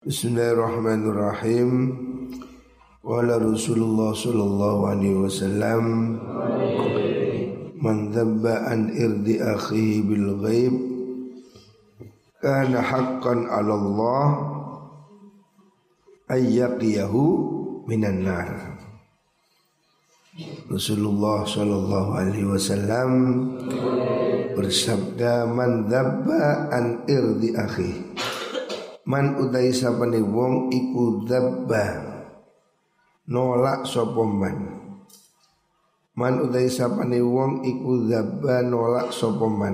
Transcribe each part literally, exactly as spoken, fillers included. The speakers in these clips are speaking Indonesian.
Bismillahirrahmanirrahim. Qala Rasulullah sallallahu alaihi wasallam, man dhabba an irdi akhihi bil ghaib kana haqqan 'ala Allah ayyaqiyahu minan nar. Rasulullah sallallahu alaihi wasallam bersabda, man dhabba an irdi akhihi, man utai sapane wong iku dhabba nolak sapa man. Man utai sapane wong iku dhabba nolak sapa man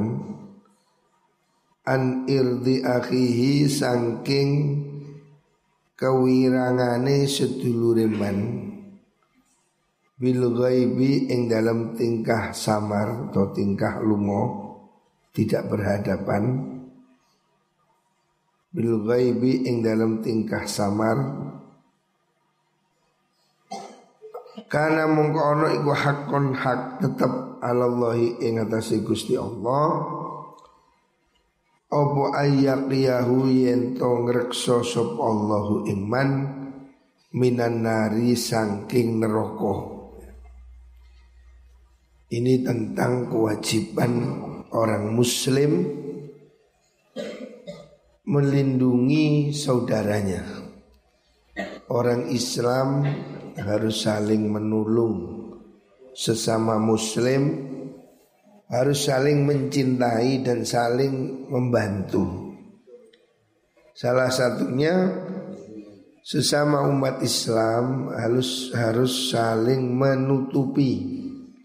an irdi akhihi saking kewirangane sedulure man bil ghaibi ing dalam tingkah samar atau tingkah lunga tidak berhadapan, bil ghaibi ing dalam tingkah samar, kana mongko ana iku hakon hak tetep alallahi ing atase Gusti Allah apa ayyaqiyahu yen to ngreksa sapa Allahu ing man minan nari saking neraka. Ini tentang kewajiban orang muslim melindungi saudaranya. Orang Islam harus saling menolong sesama muslim, harus saling mencintai dan saling membantu. Salah satunya sesama umat Islam harus harus saling menutupi.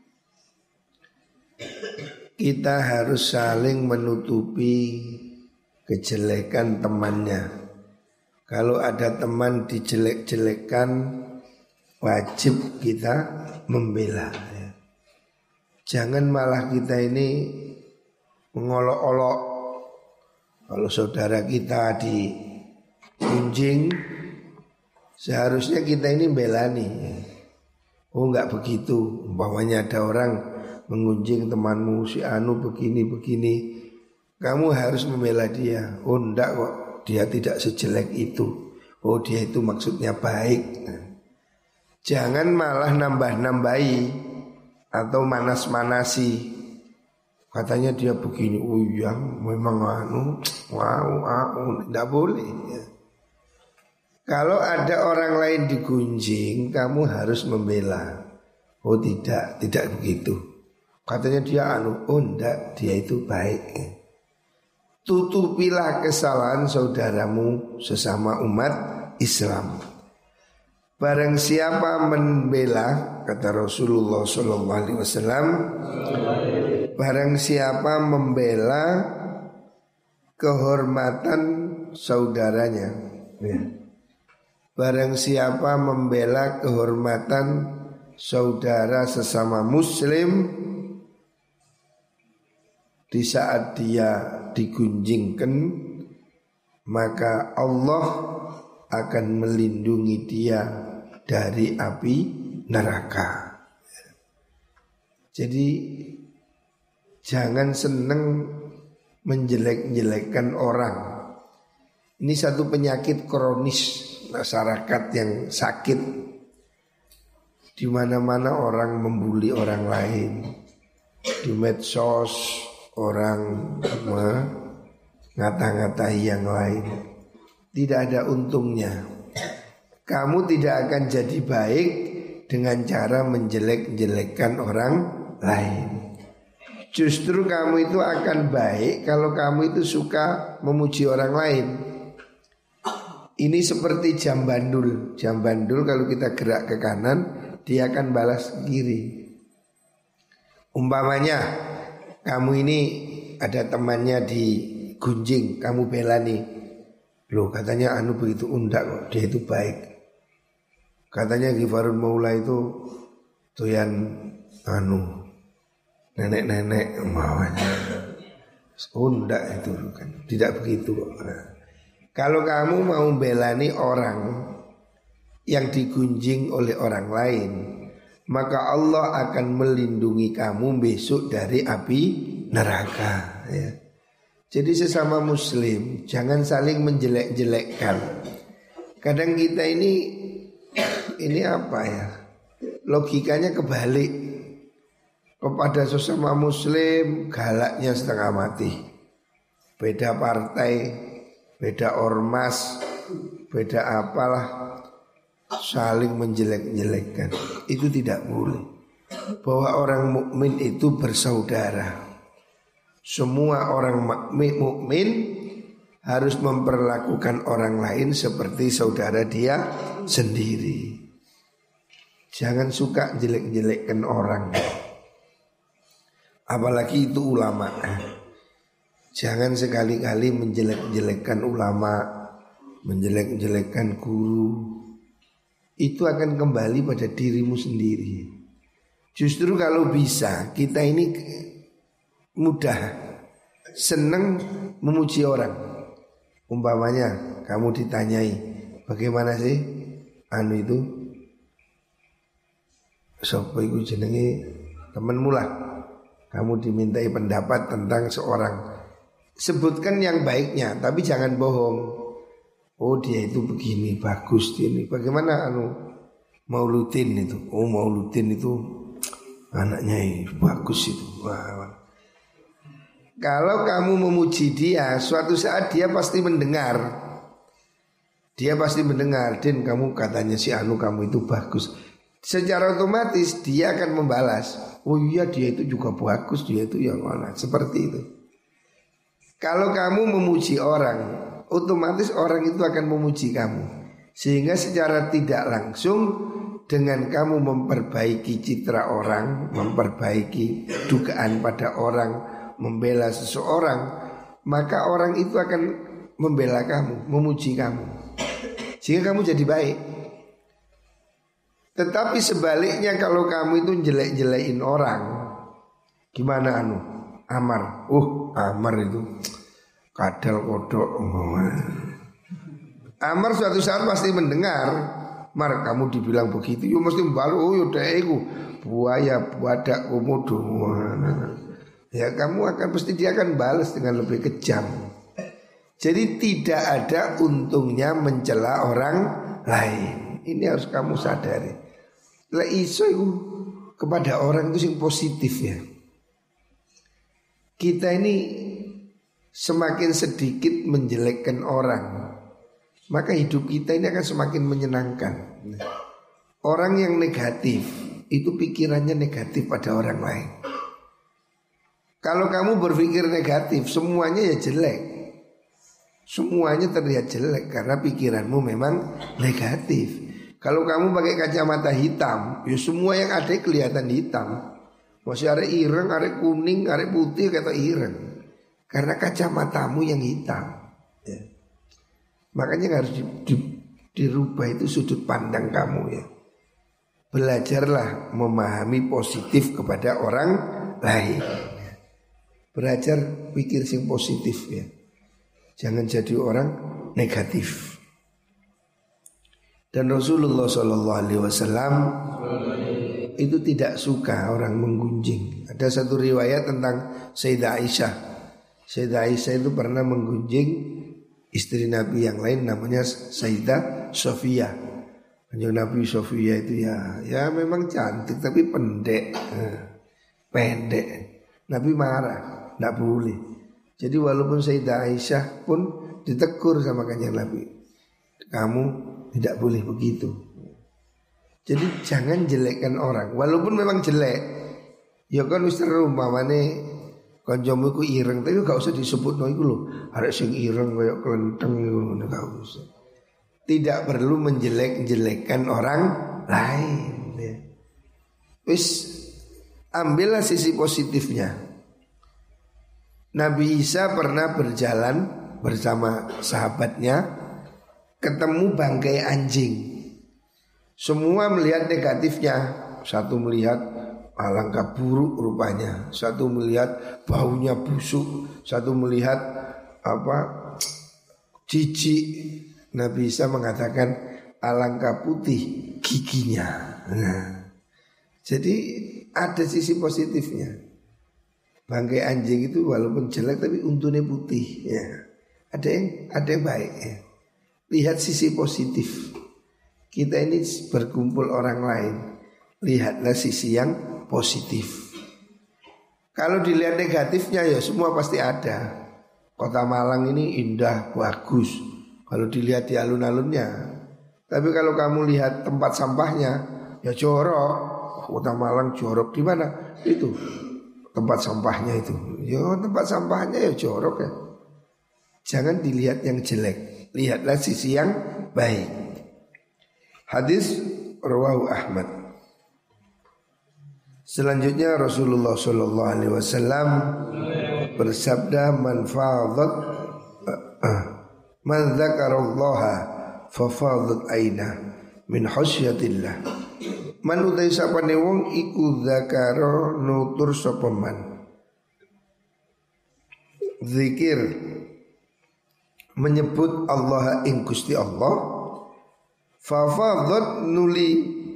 Kita harus saling menutupi kejelekan temannya. Kalau ada teman dijelek-jelekan, wajib kita membela. Jangan malah kita ini mengolok-olok. Kalau saudara kita digunjing, seharusnya kita ini belani. Oh enggak begitu. Umpamanya ada orang mengunjing temanmu, si anu begini-begini, kamu harus membela dia. Oh enggak kok, dia tidak sejelek itu. Oh dia itu maksudnya baik. Jangan malah nambah-nambahi atau manas-manasi. Katanya dia begini, oh iya memang anu, wow, wow, tidak boleh ya. Kalau ada orang lain digunjing, kamu harus membela. Oh tidak, tidak begitu. Katanya dia anu, oh enggak, dia itu baik. Tutupilah kesalahan saudaramu sesama umat Islam. Barang siapa membela, kata Rasulullah sallallahu alaihi wasallam, barang siapa membela kehormatan saudaranya, ya. Barang siapa membela kehormatan saudara sesama muslim di saat dia digunjingkan, maka Allah akan melindungi dia dari api neraka. Jadi jangan seneng menjelek-jelekkan orang. Ini satu penyakit kronis masyarakat yang sakit. Di mana-mana orang membuli orang lain. Di medsos orang ngata-ngatai yang lain. Tidak ada untungnya. Kamu tidak akan jadi baik dengan cara menjelek-jelekkan orang lain. Justru kamu itu akan baik kalau kamu itu suka memuji orang lain. Ini seperti jam bandul. Jam bandul kalau kita gerak ke kanan, dia akan balas ke kiri. Umpamanya kamu ini ada temannya digunjing, kamu bela nih. Loh katanya anu begitu, undak kok, dia itu baik. Katanya Ghifarun Maula itu doyan anu nenek-nenek mawanya. Undak itu kan, tidak begitu kok. Nah, kalau kamu mau belani orang yang digunjing oleh orang lain, maka Allah akan melindungi kamu besok dari api neraka ya. Jadi sesama muslim jangan saling menjelek-jelekkan. Kadang kita ini ini apa ya? Logikanya kebalik. Kepada sesama muslim galaknya setengah mati. Beda partai, beda ormas, beda apalah, saling menjelek-jelekkan. Itu tidak boleh. Bahwa orang mukmin itu bersaudara. Semua orang mukmin harus memperlakukan orang lain seperti saudara dia sendiri. Jangan suka jelek-jelekkan orang. Apalagi itu ulama. Jangan sekali-kali menjelek-jelekkan ulama, menjelek-jelekkan guru. Itu akan kembali pada dirimu sendiri. Justru kalau bisa kita ini mudah senang memuji orang. Umpamanya kamu ditanyai, bagaimana sih anu itu, sapa iku jenenge temenmu lah, kamu dimintai pendapat tentang seorang, sebutkan yang baiknya, tapi jangan bohong. Oh dia itu begini, bagus dia ini. Bagaimana anu Mauludin itu? Oh Mauludin itu anaknya ini bagus itu. Wah, wah. Kalau kamu memuji dia, suatu saat dia pasti mendengar. Dia pasti mendengar, Din kamu katanya si anu kamu itu bagus. Secara otomatis dia akan membalas, oh iya dia itu juga bagus, dia itu yang mana. Seperti itu. Kalau kamu memuji orang, otomatis orang itu akan memuji kamu. Sehingga secara tidak langsung dengan kamu memperbaiki citra orang, memperbaiki dugaan pada orang, membela seseorang, maka orang itu akan membela kamu, memuji kamu, sehingga kamu jadi baik. Tetapi sebaliknya kalau kamu itu jelek-jelekin orang, gimana anu? Amar, uh Amar itu kadal kodok. Amar suatu saat pasti mendengar, Mar kamu dibilang begitu, yo mesti balu, oh yo deku buaya buadak komodo. Ya kamu akan pasti dia akan balas dengan lebih kejam. Jadi tidak ada untungnya mencela orang lain. Ini harus kamu sadari. Lah iso itu kepada orang itu yang positif ya. Kita ini semakin sedikit menjelekkan orang, maka hidup kita ini akan semakin menyenangkan. Orang yang negatif itu pikirannya negatif pada orang lain. Kalau kamu berpikir negatif, semuanya ya jelek. Semuanya terlihat jelek karena pikiranmu memang negatif. Kalau kamu pakai kacamata hitam, ya semua yang ada kelihatan hitam. Masih ada ireng, ada kuning, ada putih kata ireng. Karena kacamatamu yang hitam ya. Makanya harus di, di, dirubah itu sudut pandang kamu ya. Belajarlah memahami positif kepada orang lain. Belajar pikir sing positif ya. Jangan jadi orang negatif. Dan Rasulullah shallallahu alaihi wasallam itu tidak suka orang menggunjing. Ada satu riwayat tentang Sayyidah Aisyah. Sayyidah Aisyah itu pernah menggunjing istri Nabi yang lain namanya Sayyidah Sofia. Nabi Sofia itu ya ya memang cantik tapi pendek, pendek. Nabi marah. Tidak boleh. Jadi walaupun Sayyidah Aisyah pun ditegur sama kanjeng Nabi, kamu tidak boleh begitu. Jadi jangan jelekkan orang, walaupun memang jelek. Ya kan wis seru umpamane kancamu iku ireng, tapi gak usah disebut no iku lho. Arek sing ireng koyo kelenteng ngono gak usah. Tidak perlu menjelek-jelekkan orang lain. Ya. Wis ambillah sisi positifnya. Nabi Isa pernah berjalan bersama sahabatnya, ketemu bangkai anjing. Semua melihat negatifnya. Satu melihat alangkah buruk rupanya, satu melihat baunya busuk, satu melihat apa jijik. Nabi Isa mengatakan alangkah putih giginya. Nah, jadi ada sisi positifnya. Bangkai anjing itu walaupun jelek tapi untungnya putih ya. Ada yang ada yang baik ya. lihat sisi positif. Kita ini berkumpul orang lain, lihatlah sisi yang positif. Kalau dilihat negatifnya ya semua pasti ada. Kota Malang ini indah, bagus kalau dilihat di alun-alunnya. Tapi kalau kamu lihat tempat sampahnya, ya jorok. Kota Malang jorok di mana? Itu tempat sampahnya itu. Ya tempat sampahnya ya jorok ya. Jangan dilihat yang jelek, lihatlah sisi yang baik. Hadis rawahu Ahmad. Selanjutnya Rasulullah Shallallahu Alaihi Wasallam bersabda, man fadat man dzakarallaha fa fadat aina min khasyatillah. Man utai sapane wong iku dzakara nutur sapa man. Zikir menyebut Allah ing Gusti Allah, fa fadat nuli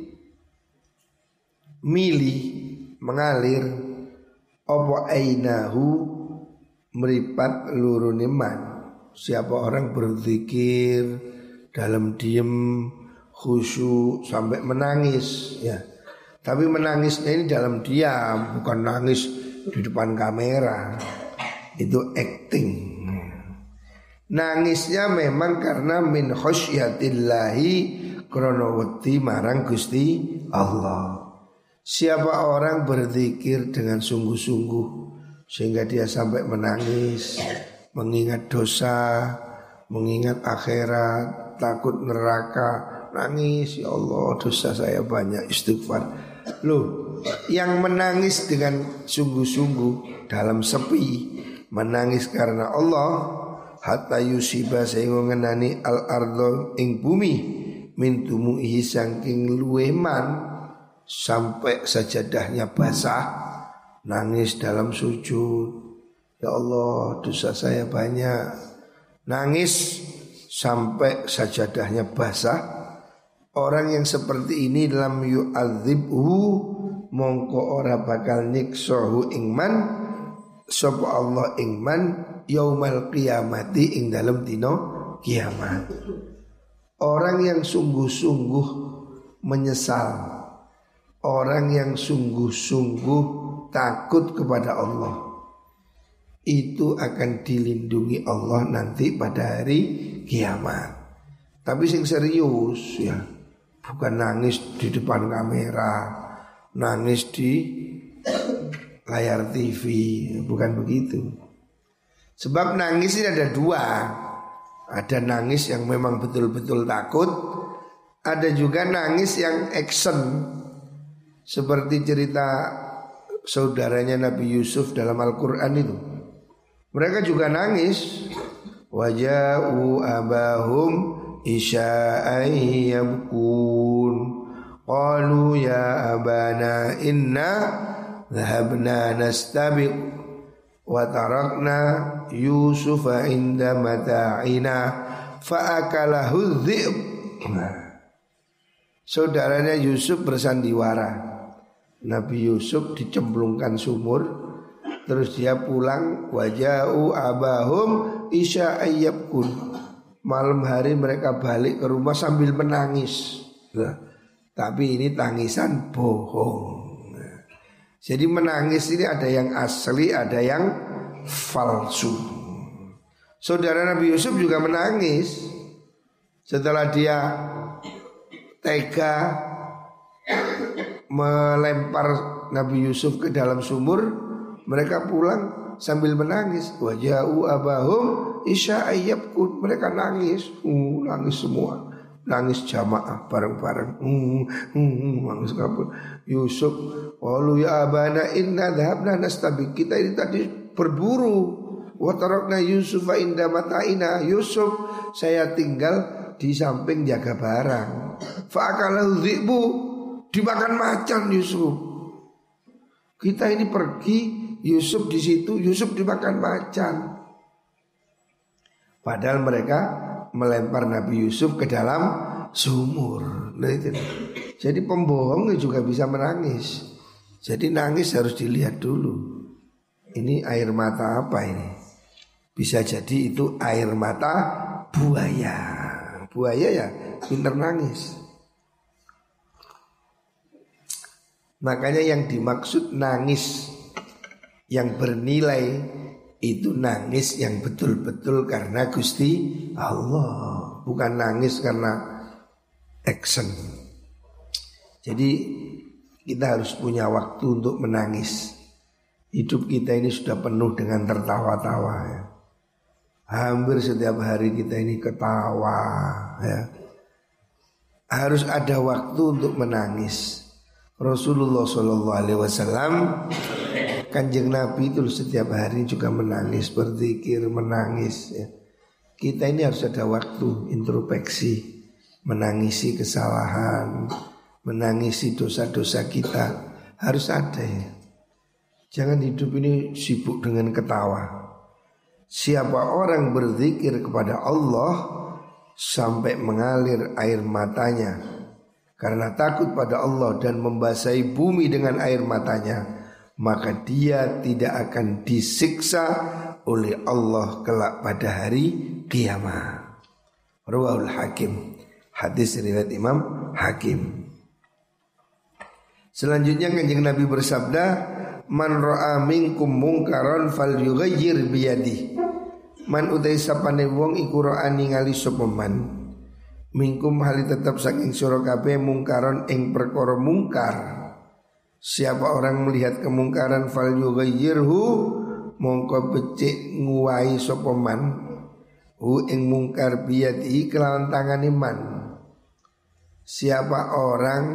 mili mengalir apa ainahu meripat lurune man. Siapa orang berzikir dalam diem khusyuk sampai menangis ya. Tapi menangisnya ini dalam diam, bukan nangis di depan kamera. Itu acting. Nangisnya memang karena min khasyatillahi krana wedi marang Gusti Allah. Siapa orang berzikir dengan sungguh-sungguh sehingga dia sampai menangis, mengingat dosa, mengingat akhirat, takut neraka, nangis, ya Allah dosa saya banyak, istighfar. Loh, yang menangis dengan sungguh-sungguh dalam sepi, menangis karena Allah, hatta yusiba sehingga ngenani al-ardo ing bumi min tumuhi saking luweman sampai sajadahnya basah, nangis dalam sujud, ya Allah dosa saya banyak, nangis sampai sajadahnya basah. Orang yang seperti ini lam yu'adzibhu mongko ora bakal nyiksahu ingman sapa Allah ingman yaumal qiyamati ing dalam dino kiamat. Orang yang sungguh-sungguh menyesal, orang yang sungguh-sungguh takut kepada Allah, itu akan dilindungi Allah nanti pada hari kiamat. Tapi sing serius ya, bukan nangis di depan kamera, nangis di layar T V, bukan begitu. Sebab nangis ini ada dua. Ada nangis yang memang betul-betul takut, ada juga nangis yang action. Seperti cerita saudaranya Nabi Yusuf dalam Al-Quran itu. Mereka juga nangis. Waja'u abahum isya'an yabkun qalu ya abana inna dhahabna nastabiq wa tarakna Yusufa inda mata'ina fa'akalahu dhi'b. Saudaranya Yusuf bersandiwara. Nabi Yusuf dicemplungkan sumur, terus dia pulang, waja'u abahum isya ayyabkun. Malam hari mereka balik ke rumah sambil menangis. Nah, tapi ini tangisan bohong. Nah, jadi menangis ini ada yang asli, ada yang palsu. Saudara Nabi Yusuf juga menangis setelah dia tega melempar Nabi Yusuf ke dalam sumur. Mereka pulang sambil menangis. Waja'u abahum isya ayyabkun. Mereka nangis, uh, nangis semua, nangis jamaah bareng-bareng, uh, uh, uh, nangis kabur. Yusuf, walu ya abana inna dhahabna nastabiq. Kita ini tadi berburu. Wa tarakna Yusufa inda mata'ina. Yusuf saya tinggal di samping jaga barang. Fa'akalahu dhi'bu, dimakan macan Yusuf. Kita ini pergi, Yusuf di situ, Yusuf dimakan macan. Padahal mereka melempar Nabi Yusuf ke dalam sumur. Nah itu. Jadi pembohong juga bisa menangis. Jadi nangis harus dilihat dulu. Ini air mata apa ini? Bisa jadi itu air mata buaya. buaya ya pinter nangis. Makanya yang dimaksud nangis yang bernilai itu nangis yang betul-betul karena Gusti Allah, bukan nangis karena action. Jadi kita harus punya waktu untuk menangis. Hidup kita ini sudah penuh dengan tertawa-tawa ya. Hampir setiap hari kita ini ketawa ya. Harus ada waktu untuk menangis. Rasulullah shallallahu alaihi wasallam, Kanjeng Nabi itu setiap hari juga menangis, berzikir, menangis ya. Kita ini harus ada waktu introspeksi, menangisi kesalahan, menangisi dosa-dosa kita. Harus ada ya. Jangan hidup ini sibuk dengan ketawa. Siapa orang berzikir kepada Allah sampai mengalir air matanya karena takut pada Allah dan membasahi bumi dengan air matanya, maka dia tidak akan disiksa oleh Allah kelak pada hari kiamat. Rawahul Hakim. Hadis riwayat Imam Hakim. Selanjutnya Kanjeng Nabi bersabda, man ra'a minkum mungkaron falyughayyir biyadihi. Man utai sapane wong iku ra'a ningali sapa man minkum hali tetap saking sira kabeh mungkaron ing perkara mungkar. Siapa orang melihat kemungkaran falyughayyirhu mongko becik nguwahi sapa man hu ing mungkar biyadihi kelawan tangane man. Siapa orang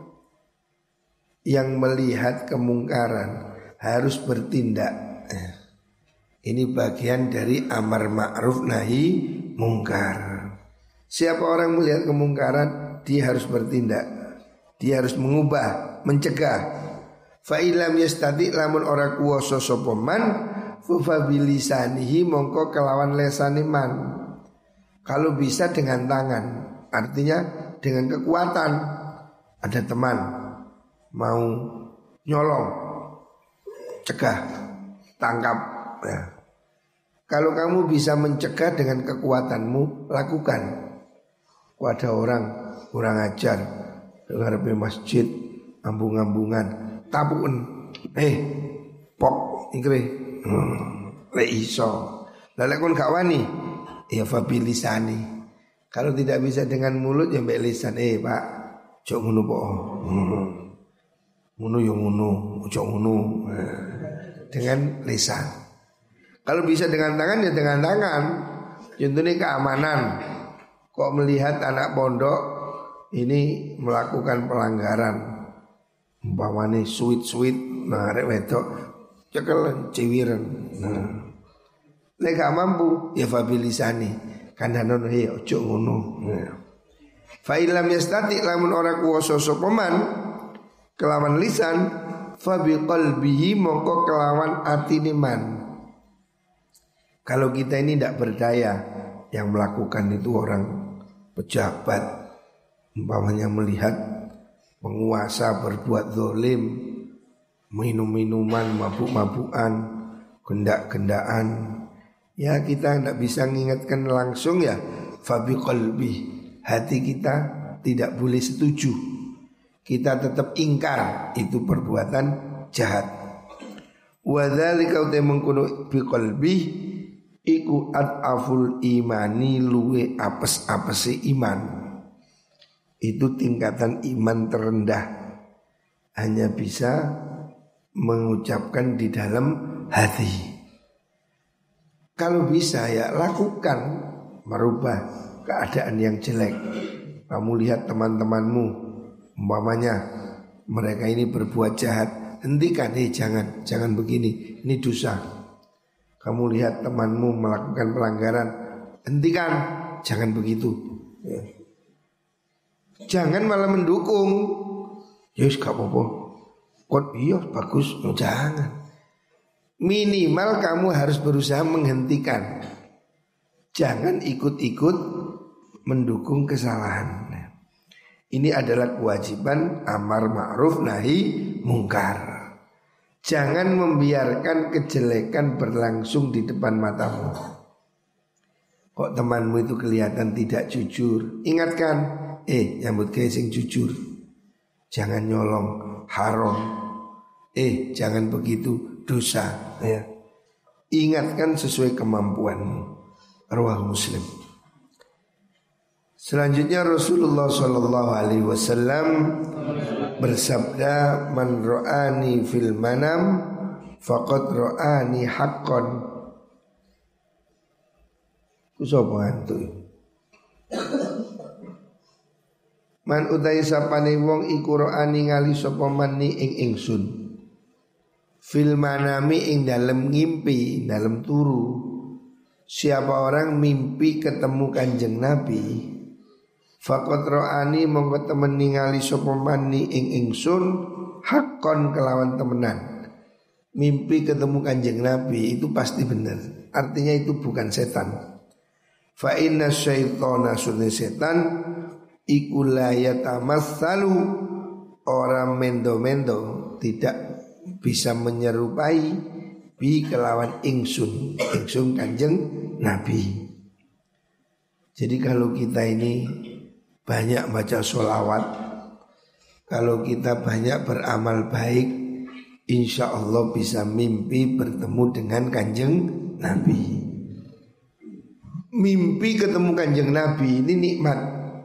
yang melihat kemungkaran harus bertindak. Ini bagian dari amar ma'ruf nahi mungkar. Siapa orang melihat kemungkaran, dia harus bertindak. Dia harus mengubah, mencegah. Fa ilam yastati lamun ora kuwasa sapa man fa bilisanihi mongko kelawan lesane man. Kalau bisa dengan tangan, artinya dengan kekuatan. Ada teman mau nyolong, cegah, tangkap ya. Kalau kamu bisa mencegah dengan kekuatanmu, lakukan. Ada orang kurang ajar dengar di masjid ambung-ambungan tabun eh pok ikre hmm, le iso lalu kon gak wani ya fabilisani. Kalau tidak bisa dengan mulut ya mbek lisan. Eh pak cok ngono po hmm. Ngono yo ngono, ojo ngono. Dengan lisan. Kalau bisa dengan tangan ya dengan tangan. Contohnya keamanan. Kok melihat anak pondok ini melakukan pelanggaran, umpamane suit-suit, nah rek wedok cekel ciwiren. Nah. Lek gak mampu ya fabilisani. Kandhanon he ojo ngono. Nah. Fa illam yastati lamun ora kuwasa sapa man kelawan lisan fa biqalbihi mongko kelawan atine man. Kalau kita ini tidak berdaya, yang melakukan itu orang pejabat, umpamanya melihat penguasa berbuat zalim, minum-minuman, mabuk-mabukan, gendak-gendaan, ya kita tidak bisa mengingatkan langsung ya fa biqalbi. Hati kita tidak boleh setuju. Kita tetap ingkar itu perbuatan jahat. Wa dzalika uta mengkono bi qalbi iku ataful imani luwe apes-apese iman. Itu tingkatan iman terendah. Hanya bisa mengucapkan di dalam hati. Kalau bisa ya lakukan merubah keadaan yang jelek. Kamu lihat teman-temanmu, umpamanya mereka ini berbuat jahat, hentikan, eh jangan, jangan begini, ini dosa. Kamu lihat temanmu melakukan pelanggaran, hentikan, jangan begitu ya. Jangan malah mendukung. Yus gak apa-apa, kok iya bagus, oh, jangan. Minimal kamu harus berusaha menghentikan. Jangan ikut-ikut mendukung kesalahan. Ini adalah kewajiban amar ma'ruf nahi mungkar. Jangan membiarkan kejelekan berlangsung di depan matamu. kok temanmu itu kelihatan tidak jujur, ingatkan, eh nyambut gawe sing jujur. Jangan nyolong, haram. Eh jangan begitu, dosa ya. Ingatkan sesuai kemampuanmu. Rawahu Muslim. Selanjutnya Rasulullah Shallallahu Alaihi Wasallam bersabda, man ro'ani fil manam faqad ro'ani haqqan. Kusapa antu? Man utai sapane wong iku ro'ani ngali sapa man ni ing ingsun. Fil manami ing dalem ngimpi, dalem turu. Siapa orang mimpi ketemu Kanjeng Nabi, faqad ro'ani mongko temen ningali sapa mani ing ingsun hakon kelawan temenan. Mimpi ketemu Kanjeng Nabi itu pasti benar. Artinya itu bukan setan. Fa inna syaitana sunni setan iku la yatamassalu, orang mendo-mendo tidak bisa menyerupai bi kelawan ingsun, ingsun Kanjeng Nabi. Jadi kalau kita ini banyak baca sholawat, kalau kita banyak beramal baik, insya Allah bisa mimpi bertemu dengan Kanjeng Nabi. Mimpi ketemu Kanjeng Nabi ini nikmat.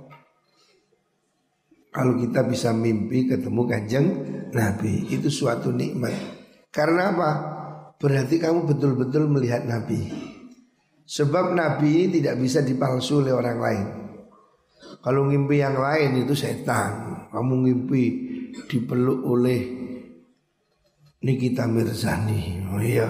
Kalau kita bisa mimpi ketemu Kanjeng Nabi, itu suatu nikmat. Karena apa? Berarti kamu betul-betul melihat Nabi. Sebab Nabi ini tidak bisa dipalsu oleh orang lain. Kalau ngimpi yang lain itu setan. Kamu ngimpi dipeluk oleh Nikita Mirzani, oh iya,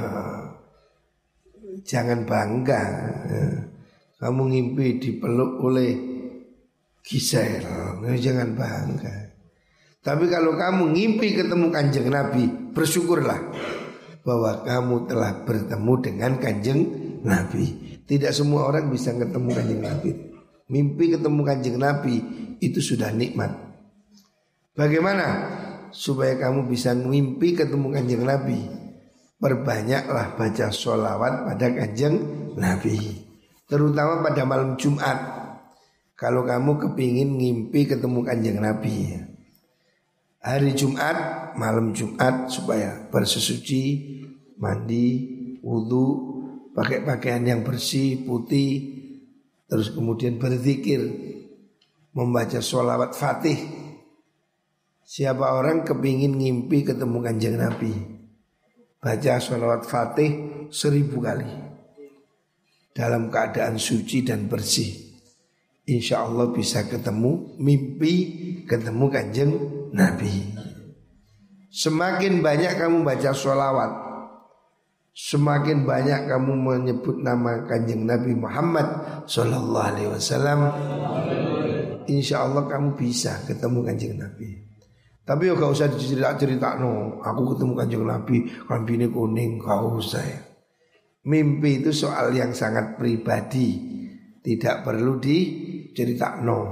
jangan bangga. Kamu ngimpi dipeluk oleh Gisel, oh, jangan bangga. Tapi kalau kamu ngimpi ketemu Kanjeng Nabi, bersyukurlah bahwa kamu telah bertemu dengan Kanjeng Nabi. Tidak semua orang bisa ketemu Kanjeng Nabi. Mimpi ketemu Kanjeng Nabi itu sudah nikmat. Bagaimana supaya kamu bisa mimpi ketemu Kanjeng Nabi? Perbanyaklah baca sholawat pada Kanjeng Nabi, terutama pada malam Jumat. Kalau kamu kepingin ngimpi ketemu Kanjeng Nabi, hari Jumat, malam Jumat, supaya bersesuci, mandi, wudhu, pakai pakaian yang bersih, putih, terus kemudian berzikir, membaca sholawat fatih. Siapa orang kepingin ngimpi ketemu Kanjeng Nabi, baca sholawat fatih seribu kali dalam keadaan suci dan bersih, insya Allah bisa ketemu, mimpi ketemu Kanjeng Nabi. Semakin banyak kamu baca sholawat, semakin banyak kamu menyebut nama Kanjeng Nabi Muhammad Sallallahu Alaihi Wasallam, insya Allah kamu bisa ketemu Kanjeng Nabi. Tapi ya gak usah dicerita-cerita, no, aku ketemu Kanjeng Nabi, rambine kuning, gak usah ya. Mimpi itu soal yang sangat pribadi, tidak perlu dicerita, no.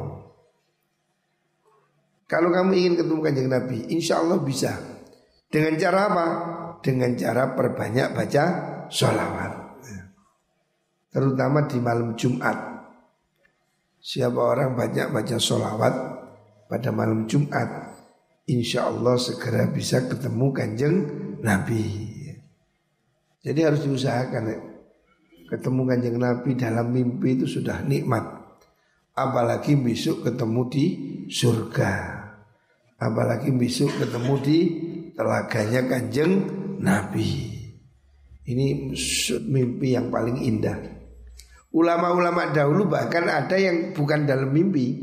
Kalau kamu ingin ketemu Kanjeng Nabi, insya Allah bisa. Dengan cara apa? Dengan cara perbanyak baca sholawat, terutama di malam Jumat. Siapa orang banyak baca sholawat pada malam Jumat, insya Allah segera bisa ketemu Kanjeng Nabi. Jadi harus diusahakan ya. Ketemu Kanjeng Nabi dalam mimpi itu sudah nikmat. Apalagi besok ketemu di surga, apalagi besok ketemu di telaganya Kanjeng Nabi. Ini mimpi yang paling indah. Ulama-ulama dahulu bahkan ada yang bukan dalam mimpi.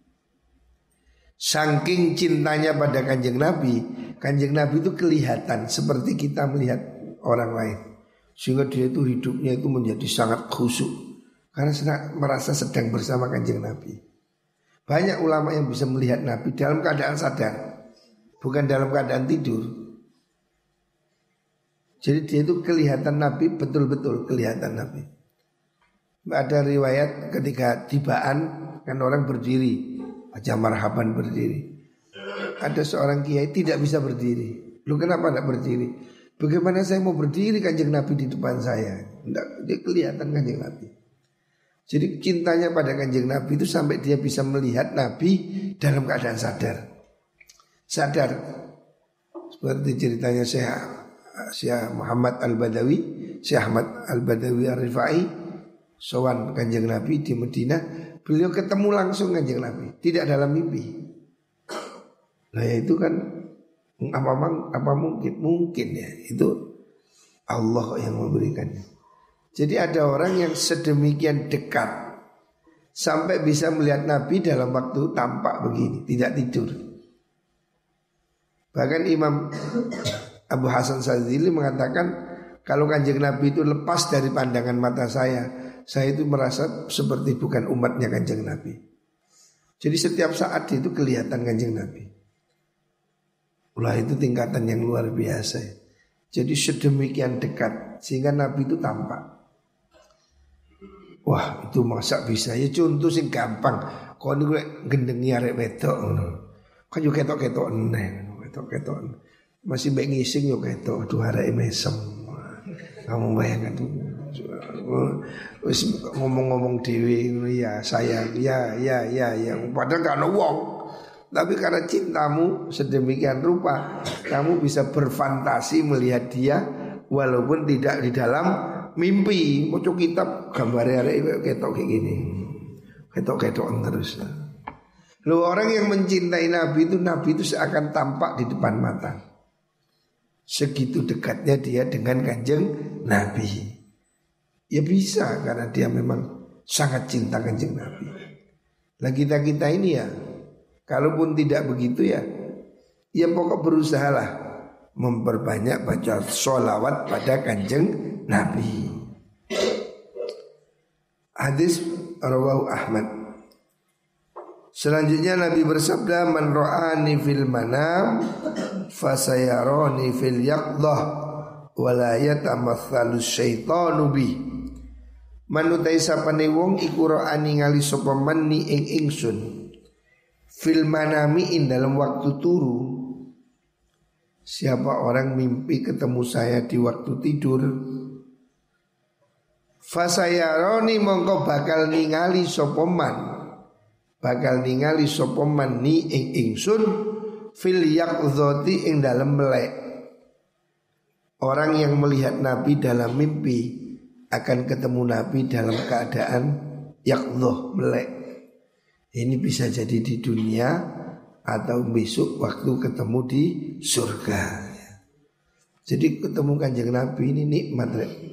Saking cintanya pada Kanjeng Nabi, Kanjeng Nabi itu kelihatan seperti kita melihat orang lain, sehingga dia itu hidupnya itu menjadi sangat khusyuk karena sedang, merasa sedang bersama Kanjeng Nabi. Banyak ulama yang bisa melihat Nabi dalam keadaan sadar, bukan dalam keadaan tidur. Jadi dia itu kelihatan Nabi, betul-betul kelihatan Nabi. Ada riwayat ketika tibaan kan orang berdiri, baca marhaban berdiri. Ada seorang kiai tidak bisa berdiri. Lu kenapa tidak berdiri? Bagaimana saya mau berdiri Kanjeng Nabi di depan saya? Tidak, dia kelihatan Kanjeng Nabi. Jadi cintanya pada kanjeng Nabi itu sampai dia bisa melihat Nabi dalam keadaan sadar. Sadar. Seperti ceritanya Syekh Syekh Muhammad Al-Badawi, Syekh Ahmad Al-Badawi Ar-Rifai, sowan kanjeng Nabi di Madinah, beliau ketemu langsung kanjeng Nabi, tidak dalam mimpi. Nah itu kan apa, apa mungkin mungkin ya itu Allah yang memberikannya. Jadi ada orang yang sedemikian dekat sampai bisa melihat Nabi dalam waktu tampak begini, tidak tidur. Bahkan Imam Abu Hasan Sadzili mengatakan kalau kanjeng Nabi itu lepas dari pandangan mata saya, saya itu merasa seperti bukan umatnya kanjeng Nabi. Jadi setiap saat itu kelihatan kanjeng Nabi. Ulah itu tingkatan yang luar biasa. Jadi sedemikian dekat sehingga Nabi itu tampak. Wah itu masa bisa ya contoh sing gampang. Kau ini gue gendengi arek wedok, kan juga ketok-ketok neng, ketok-ketok masih baik ngising yo ketok, aduh arek mesem. Kamu bayangkan tuh, ngomong-ngomong dewi ya sayang, ya ya ya ya, padahal gak ada wong. Tapi karena cintamu sedemikian rupa, kamu bisa berfantasi melihat dia walaupun tidak di dalam mimpi. Maca kitab gambarnya arek ketok kayak gini. Ketok-ketokan terus. Loh orang yang mencintai Nabi itu, Nabi itu seakan tampak di depan mata. Segitu dekatnya dia dengan kanjeng Nabi. Ya bisa karena dia memang sangat cinta kanjeng Nabi. Lah kita-kita ini ya, kalaupun tidak begitu ya, ya pokok berusahalah memperbanyak baca sholawat pada kanjeng Nabi. Hadis rawahu Ahmad. Selanjutnya Nabi bersabda, man ra'ani fil manam fasayarani fil yaqdah wala yatamatsalu syaitanu bi. Manutai sapane wong iku ra'ani ngali sapa man ni ing ingsun fil manami in dalam waktu turu. Siapa orang mimpi ketemu saya di waktu tidur, fasayaroni mongko bakal ningali sapa man, bakal ningali sapa man ni ing ingsun fil yaqdzati ing dalam melek. Orang yang melihat Nabi dalam mimpi akan ketemu Nabi dalam keadaan yaqdzah, melek. Ini bisa jadi di dunia atau besok waktu ketemu di surga. Jadi ketemu kanjeng Nabi ini nikmat.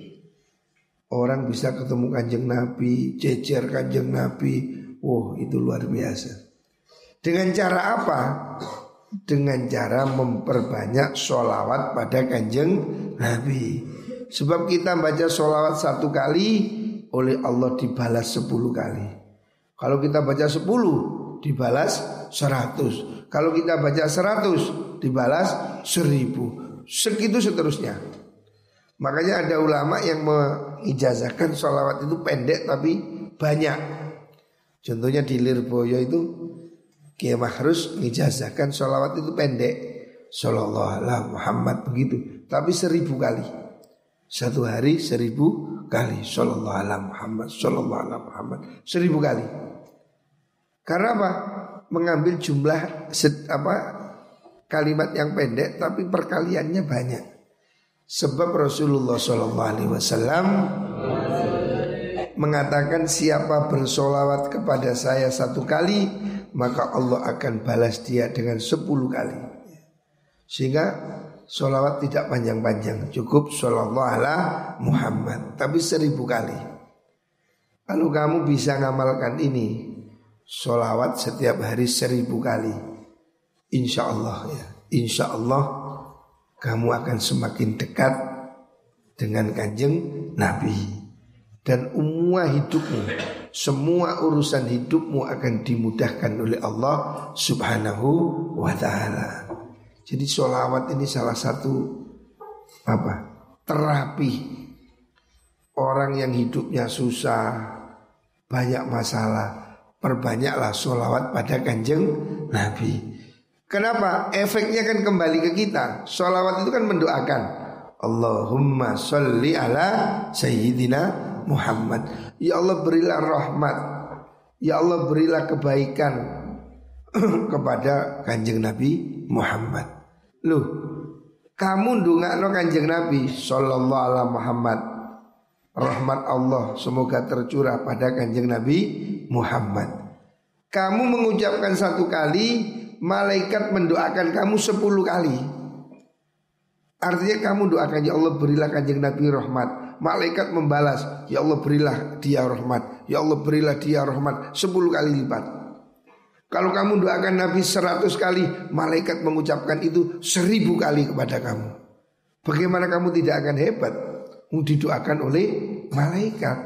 Orang bisa ketemu kanjeng Nabi, jejer kanjeng Nabi, wow itu luar biasa. Dengan cara apa? Dengan cara memperbanyak sholawat pada kanjeng Nabi. Sebab kita baca sholawat satu kali, oleh Allah dibalas sepuluh kali. Kalau kita baca sepuluh dibalas seratus. Kalau kita baca seratus dibalas seribu. Segitu seterusnya. Makanya ada ulama yang mengijazahkan sholawat itu pendek tapi banyak. Contohnya di Lirboyo itu Kiai Mahrus mengijazahkan sholawat itu pendek, sallallahu alaihi Muhammad begitu, tapi seribu kali. Satu hari seribu kali sallallahu alaihi Muhammad, sallallahu alaihi Muhammad, seribu kali. Karena apa? Mengambil jumlah set, apa kalimat yang pendek tapi perkaliannya banyak. Sebab Rasulullah shallallahu alaihi wasallam mengatakan siapa bersolawat kepada saya satu kali maka Allah akan balas dia dengan sepuluh kali. Sehingga solawat tidak panjang-panjang, cukup sallallahu alaihi Muhammad tapi seribu kali. Kalau kamu bisa ngamalkan ini, solawat setiap hari seribu kali, insya Allah ya, insya Allah kamu akan semakin dekat dengan kanjeng Nabi. Dan semua hidupmu, semua urusan hidupmu akan dimudahkan oleh Allah subhanahu wa ta'ala. Jadi sholawat ini salah satu apa? Terapi orang yang hidupnya susah, banyak masalah. Perbanyaklah sholawat pada kanjeng Nabi. Kenapa? Efeknya kan kembali ke kita. Sholawat itu kan mendoakan Allahumma sholli ala sayyidina Muhammad. Ya Allah berilah rahmat, ya Allah berilah kebaikan kepada kanjeng Nabi Muhammad. Loh, kamu ndongakno kanjeng Nabi sallallahu alaihi Muhammad, rahmat Allah semoga tercurah pada kanjeng Nabi Muhammad. Kamu mengucapkan satu kali, malaikat mendoakan kamu sepuluh kali. Artinya kamu doakan, ya Allah berilah kanjeng Nabi rahmat, malaikat membalas, ya Allah berilah dia rahmat, ya Allah berilah dia rahmat sepuluh kali lipat. Kalau kamu doakan Nabi seratus kali, malaikat mengucapkan itu seribu kali kepada kamu. Bagaimana kamu tidak akan hebat? Didoakan oleh malaikat.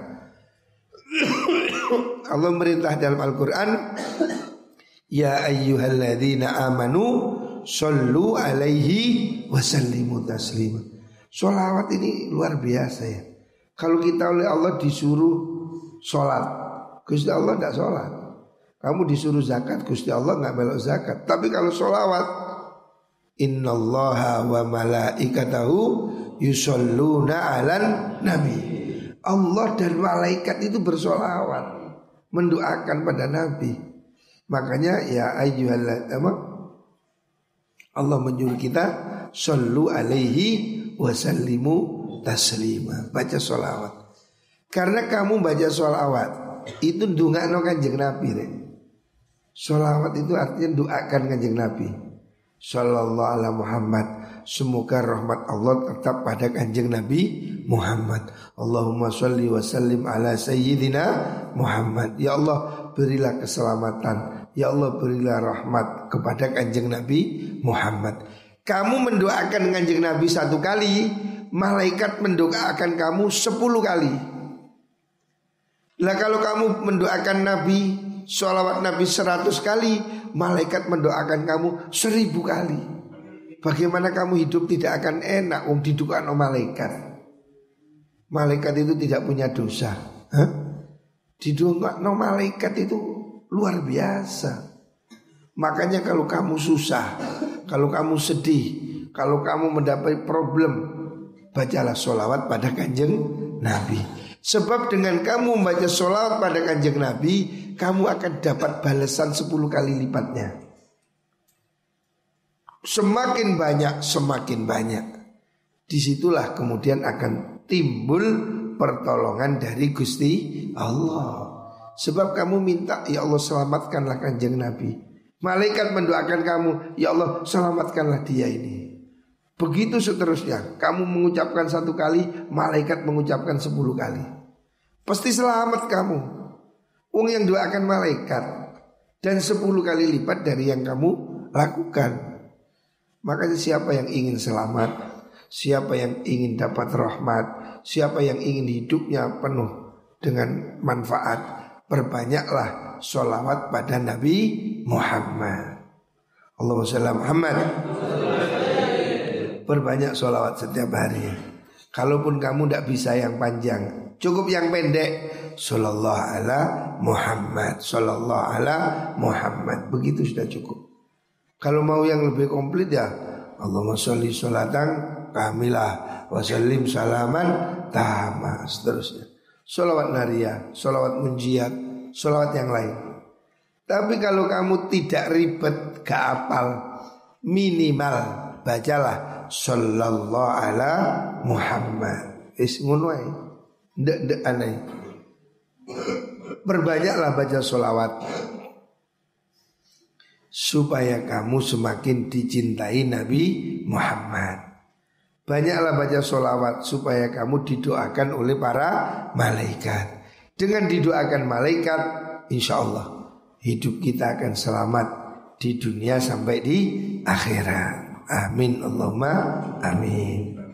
Allah merintah dalam Al-Quran, ya ayyuhalladzina amanu sallu alaihi wasallimu taslima. Sholawat ini luar biasa ya. Kalau kita oleh Allah disuruh sholat, Gusti Allah tidak sholat. Kamu disuruh zakat, Gusti Allah nggak melok zakat. Tapi kalau sholawat, innallaha wa malaikatahu yusholluna alan nabi. Allah dan malaikat itu bersolawat, mendoakan pada Nabi. Makanya ya ayyuhalladzina, Allah menyuruh kita sallu alaihi wasallimu taslima, baca sholawat. Karena kamu baca sholawat itu ndongakno kanjeng Nabi deh. Sholawat itu artinya doakan kanjeng Nabi sallallahu alaihi Muhammad, semoga rahmat Allah tetap pada kanjeng Nabi Muhammad. Allahumma sholli wa sallim ala sayyidina Muhammad. Ya Allah berilah keselamatan, ya Allah berilah rahmat kepada kanjeng Nabi Muhammad. Kamu mendoakan kanjeng Nabi satu kali, malaikat mendoakan kamu sepuluh kali. Lah kalau kamu mendoakan Nabi, sholawat Nabi seratus kali, malaikat mendoakan kamu seribu kali. Bagaimana kamu hidup tidak akan enak om didoakan oleh malaikat. Malaikat itu tidak punya dosa. Hah? Didoakan oleh malaikat itu luar biasa. Makanya kalau kamu susah, kalau kamu sedih, kalau kamu mendapat problem, bacalah sholawat pada kanjeng Nabi. Sebab dengan kamu membaca sholawat pada kanjeng Nabi, kamu akan dapat balasan sepuluh kali lipatnya. Semakin banyak, semakin banyak. Disitulah kemudian akan timbul pertolongan dari Gusti Allah. Sebab kamu minta, ya Allah selamatkanlah kanjeng Nabi. Malaikat mendoakan kamu, ya Allah selamatkanlah dia ini. Begitu seterusnya. Kamu mengucapkan satu kali, malaikat mengucapkan sepuluh kali. Pasti selamat kamu. Wong yang doakan malaikat, dan sepuluh kali lipat dari yang kamu lakukan. Makanya siapa yang ingin selamat, siapa yang ingin dapat rahmat, siapa yang ingin hidupnya penuh dengan manfaat, perbanyaklah sholawat pada Nabi Muhammad. Allahumma sholli Muhammad. Perbanyak sholawat setiap hari. Kalaupun kamu tidak bisa yang panjang, cukup yang pendek. Sallallahu ala Muhammad, sallallahu ala Muhammad. Begitu sudah cukup. Kalau mau yang lebih komplit ya Allahumma sholli sholatan kamilah wa sallim salaman tamah, seterusnya. Sholawat nariyah, sholawat munjiat, sholawat yang lain. Tapi kalau kamu tidak ribet, gak hafal, minimal bacalah sallallahu ala Muhammad. Is ngono ae. Ndek-ndek aneh. Perbanyaklah baca sholawat supaya kamu semakin dicintai Nabi Muhammad. Banyaklah baca sholawat supaya kamu didoakan oleh para malaikat. Dengan didoakan malaikat, insya Allah hidup kita akan selamat di dunia sampai di akhirat. Amin Allahumma amin.